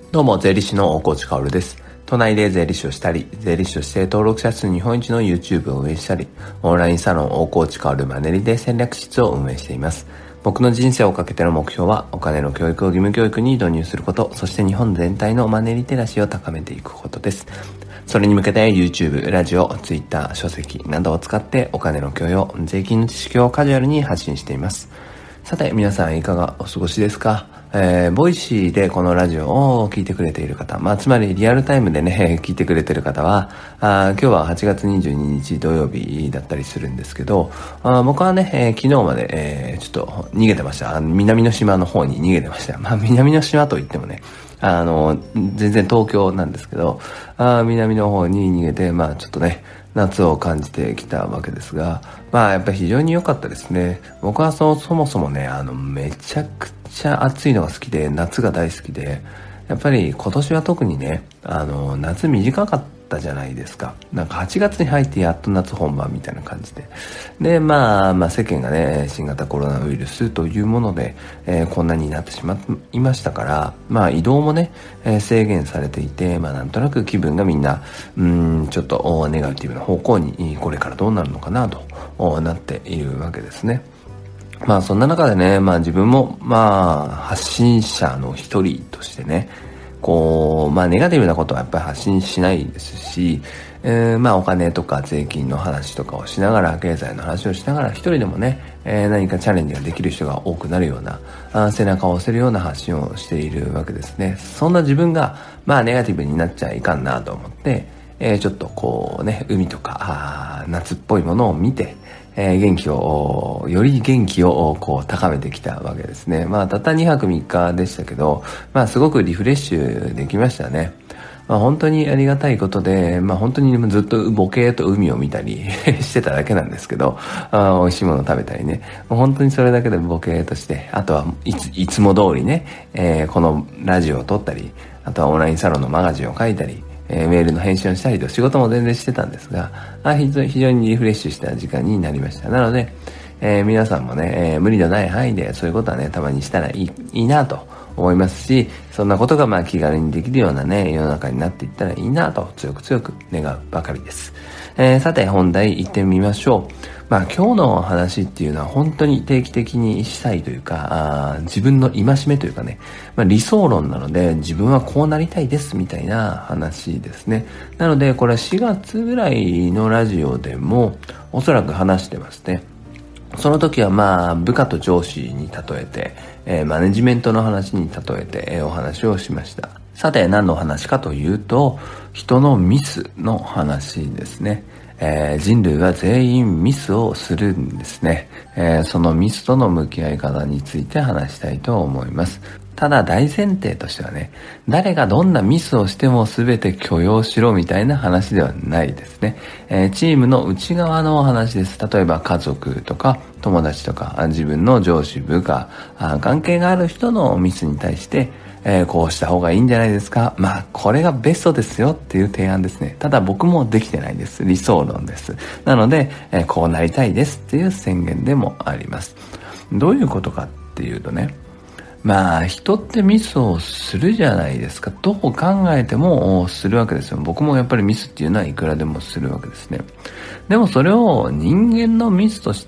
どうも、税理士の大河内薫です。都内で税理士をしたり、税理士として登録者数日本一の YouTube を運営したり、オンラインサロン大河内薫マネリで戦略室を運営しています。僕の人生をかけての目標は、お金の教育を義務教育に導入すること、そして日本全体のマネリテラシーを高めていくことです。それに向けて YouTube、ラジオ、Twitter、書籍などを使ってお金の教養、税金の知識をカジュアルに発信しています。さて、皆さんいかがお過ごしですか？ボイシーでこのラジオを聞いてくれている方、つまりリアルタイムでね、聞いてくれている方は、今日は8月22日土曜日だったりするんですけど、僕はね、昨日まで、ちょっと逃げてました。南の島の方に逃げてました。南の島といってもね、全然東京なんですけど、南の方に逃げて、ちょっとね、夏を感じてきたわけですが、やっぱり非常に良かったですね。僕はそもそもね、めちゃくちゃ暑いのが好きで、夏が大好きで、やっぱり今年は特にね、夏短かったじゃないですか。なんか8月に入ってやっと夏本番みたいな感じで。で、世間がね、新型コロナウイルスというもので、こんなになってしまいましたから、移動もね、制限されていて、なんとなく気分がみんな、ちょっとネガティブな方向に、これからどうなるのかなとなっているわけですね。そんな中でね、自分も、発信者の一人としてね、ネガティブなことはやっぱり発信しないですし、お金とか税金の話とかをしながら、経済の話をしながら、一人でもね、何かチャレンジができる人が多くなるような、背中を押せるような発信をしているわけですね。そんな自分が、ネガティブになっちゃいかんなと思って、ちょっと海とか、夏っぽいものを見て、より元気を高めてきたわけですね。たった2泊3日でしたけど、すごくリフレッシュできましたね。本当にありがたいことで、本当にずっとボケーと海を見たりしてただけなんですけど、美味しいものを食べたりね。本当にそれだけでボケーとして、あとはいつも通りね、このラジオを撮ったり、あとはオンラインサロンのマガジンを書いたり、メールの返信をしたりと仕事も全然してたんですが、非常にリフレッシュした時間になりました。なので、皆さんもね、無理のない範囲でそういうことはね、たまにしたらいいなと思いますし、そんなことが気軽にできるようなね、世の中になっていったらいいなと強く願うばかりです。さて本題行ってみましょう。今日の話っていうのは本当に定期的にしたいというか、自分の戒めというかね、理想論なので自分はこうなりたいですみたいな話ですね。なのでこれは4月ぐらいのラジオでもおそらく話してますね。その時は部下と上司に例えて、マネジメントの話に例えて、お話をしました。さて何の話かというと、人のミスの話ですね。人類は全員ミスをするんですね。そのミスとの向き合い方について話したいと思います。ただ大前提としてはね、誰がどんなミスをしても全て許容しろみたいな話ではないですね。チームの内側の話です。例えば家族とか友達とか自分の上司部下、関係がある人のミスに対して、こうした方がいいんじゃないですか。これがベストですよっていう提案ですね。ただ僕もできてないです。理想論です。なので、こうなりたいですっていう宣言でもあります。どういうことかっていうとね、人ってミスをするじゃないですか。どう考えてもするわけですよ。僕もやっぱりミスっていうのはいくらでもするわけですね。でもそれを人間のミスとして、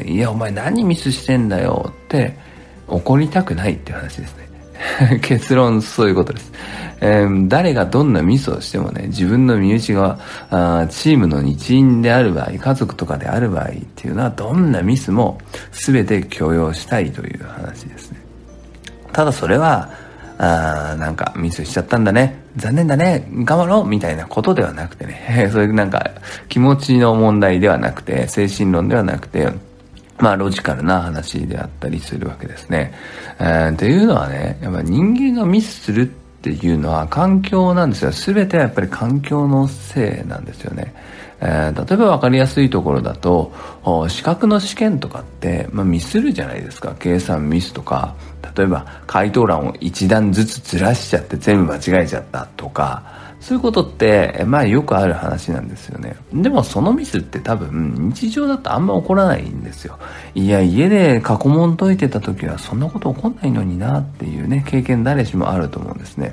いやお前何ミスしてんだよって怒りたくないっていう話ですね。結論そういうことです。誰がどんなミスをしてもね、自分の身内がチームの一員である場合、家族とかである場合っていうのはどんなミスも全て許容したいという話ですね。ただそれはなんかミスしちゃったんだね、残念だね、頑張ろうみたいなことではなくてね、そういうなんか気持ちの問題ではなくて、精神論ではなくて、ロジカルな話であったりするわけですね。っていうのはね、やっぱ人間がミスするっていうのは環境なんですよ。すべてはやっぱり環境のせいなんですよね。例えば分かりやすいところだと、資格の試験とかって、ミスるじゃないですか。計算ミスとか、例えば回答欄を一段ずつずらしちゃって全部間違えちゃったとか、そういうことって、よくある話なんですよね。でもそのミスって多分日常だとあんま起こらないんですよ。いや、家で過去問解いてた時はそんなこと起こんないのになっていうね、経験誰しもあると思うんですね。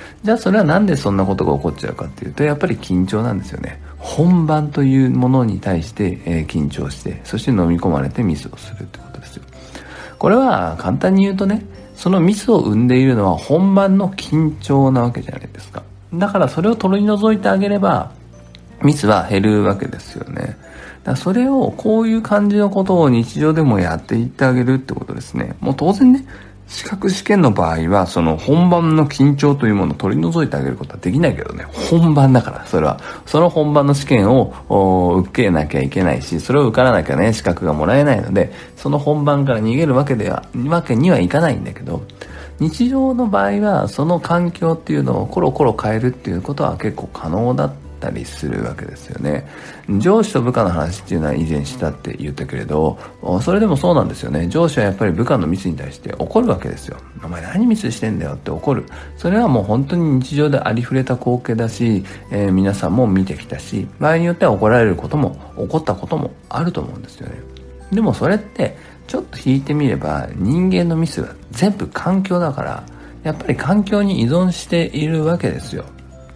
じゃあそれはなんでそんなことが起こっちゃうかっていうと、やっぱり緊張なんですよね。本番というものに対して、緊張して、そして飲み込まれてミスをするってことですよ。これは簡単に言うとね、そのミスを生んでいるのは本番の緊張なわけじゃないですか。だからそれを取り除いてあげればミスは減るわけですよね。だからそれをこういう感じのことを日常でもやっていってあげるってことですね。もう当然ね、資格試験の場合はその本番の緊張というものを取り除いてあげることはできないけどね、本番だから、それはその本番の試験を受けなきゃいけないし、それを受からなきゃね資格がもらえないので、その本番から逃げるわけにはいかないんだけど、日常の場合はその環境っていうのをコロコロ変えるっていうことは結構可能だったりするわけですよね。上司と部下の話っていうのは以前したって言ったけれど、それでもそうなんですよね。上司はやっぱり部下のミスに対して怒るわけですよ。お前何ミスしてんだよって怒る。それはもう本当に日常でありふれた光景だし、皆さんも見てきたし、場合によっては怒られることも怒ったこともあると思うんですよね。でもそれってちょっと引いてみれば、人間のミスは全部環境だから、やっぱり環境に依存しているわけですよ。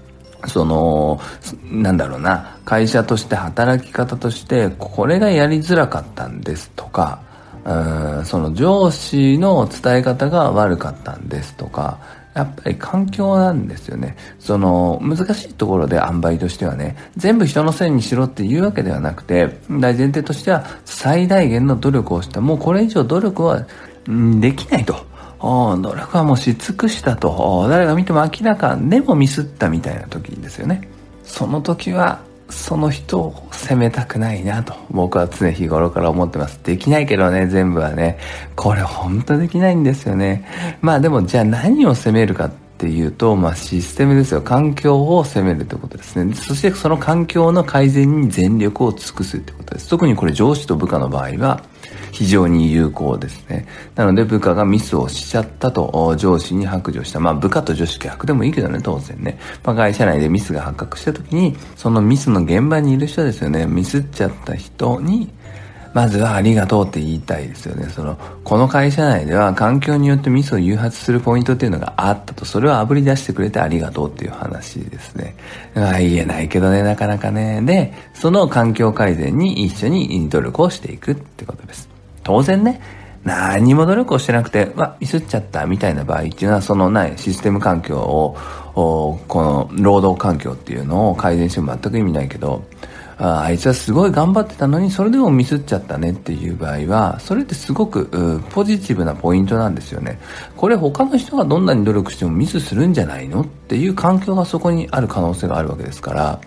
なんだろうな、会社として働き方としてこれがやりづらかったんですとか、その上司の伝え方が悪かったんですとか、やっぱり環境なんですよね。難しいところで塩梅としてはね、全部人のせいにしろっていうわけではなくて、大前提としては最大限の努力をした。もうこれ以上努力はできないと。努力はもうし尽くしたと。誰が見ても明らかでもミスったみたいな時ですよね。その時はその人を責めたくないなと僕は常日頃から思ってます。できないけどね、全部はね、これ本当できないんですよね。まあでもじゃあ何を責めるかっていうと、システムですよ。環境を責めるってことですね。そしてその環境の改善に全力を尽くすってことです。特にこれ上司と部下の場合は非常に有効ですね。なので部下がミスをしちゃったと上司に白状した。部下と上司逆でもいいけどね、当然ね。会社内でミスが発覚した時に、そのミスの現場にいる人ですよね。ミスっちゃった人にまずはありがとうって言いたいですよね。この会社内では環境によってミスを誘発するポイントっていうのがあったと、それをあぶり出してくれてありがとうっていう話ですね。言えないけどね、なかなかね。で、その環境改善に一緒に努力をしていくってことです。当然ね、何も努力をしてなくて、ミスっちゃったみたいな場合っていうのは、そのないシステム環境を、この労働環境っていうのを改善しても全く意味ないけど、あいつはすごい頑張ってたのにそれでもミスっちゃったねっていう場合は、それってすごくポジティブなポイントなんですよね。これ他の人がどんなに努力してもミスするんじゃないのっていう環境がそこにある可能性があるわけですから、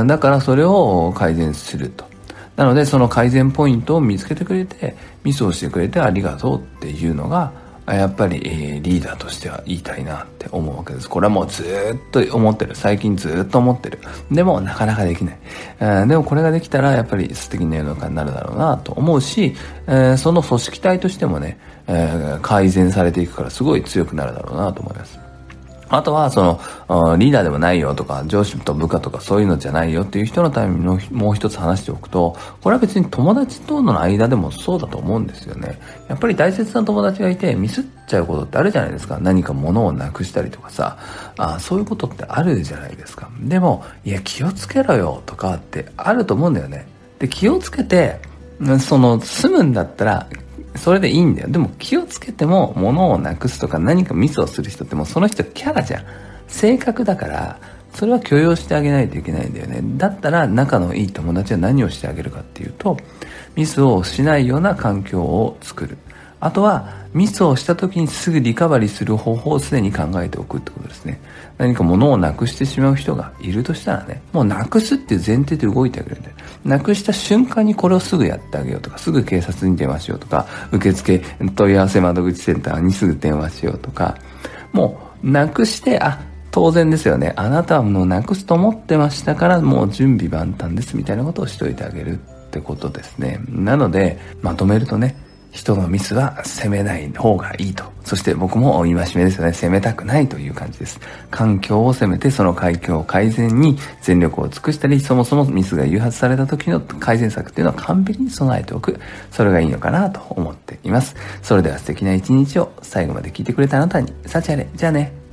だからそれを改善すると。なのでその改善ポイントを見つけてくれて、ミスをしてくれてありがとうっていうのがやっぱり、リーダーとしては言いたいなって思うわけです。これはもうずーっと思ってる。最近ずーっと思ってる。でもなかなかできない。でもこれができたらやっぱり素敵な世の中になるだろうなと思うし、その組織体としてもね、改善されていくからすごい強くなるだろうなと思います。あとはリーダーでもないよとか上司と部下とかそういうのじゃないよっていう人のためにもう一つ話しておくと、これは別に友達との間でもそうだと思うんですよね。やっぱり大切な友達がいてミスっちゃうことってあるじゃないですか。何か物をなくしたりとかさ、そういうことってあるじゃないですか。でもいや気をつけろよとかってあると思うんだよね。で気をつけて済むんだったらそれでいいんだよ。でも気をつけても物をなくすとか何かミスをする人ってもうその人キャラじゃん。性格だから、それは許容してあげないといけないんだよね。だったら仲のいい友達は何をしてあげるかっていうと、ミスをしないような環境を作る。あとはミスをした時にすぐリカバリーする方法を常に考えておくってことですね。何か物をなくしてしまう人がいるとしたらね、もうなくすっていう前提で動いてあげるんだよ。なくした瞬間にこれをすぐやってあげようとか、すぐ警察に電話しようとか、受付問い合わせ窓口センターにすぐ電話しようとか、もうなくして当然ですよね。あなたはもうなくすと思ってましたからもう準備万端ですみたいなことをしといてあげるってことですね。なのでまとめるとね、人のミスは責めない方がいいと。そして僕も戒めですよね。責めたくないという感じです。環境を責めてその環境改善に全力を尽くしたり、そもそもミスが誘発された時の改善策っていうのは完璧に備えておく。それがいいのかなと思っています。それでは素敵な一日を最後まで聞いてくれたあなたに幸あれ。じゃあね。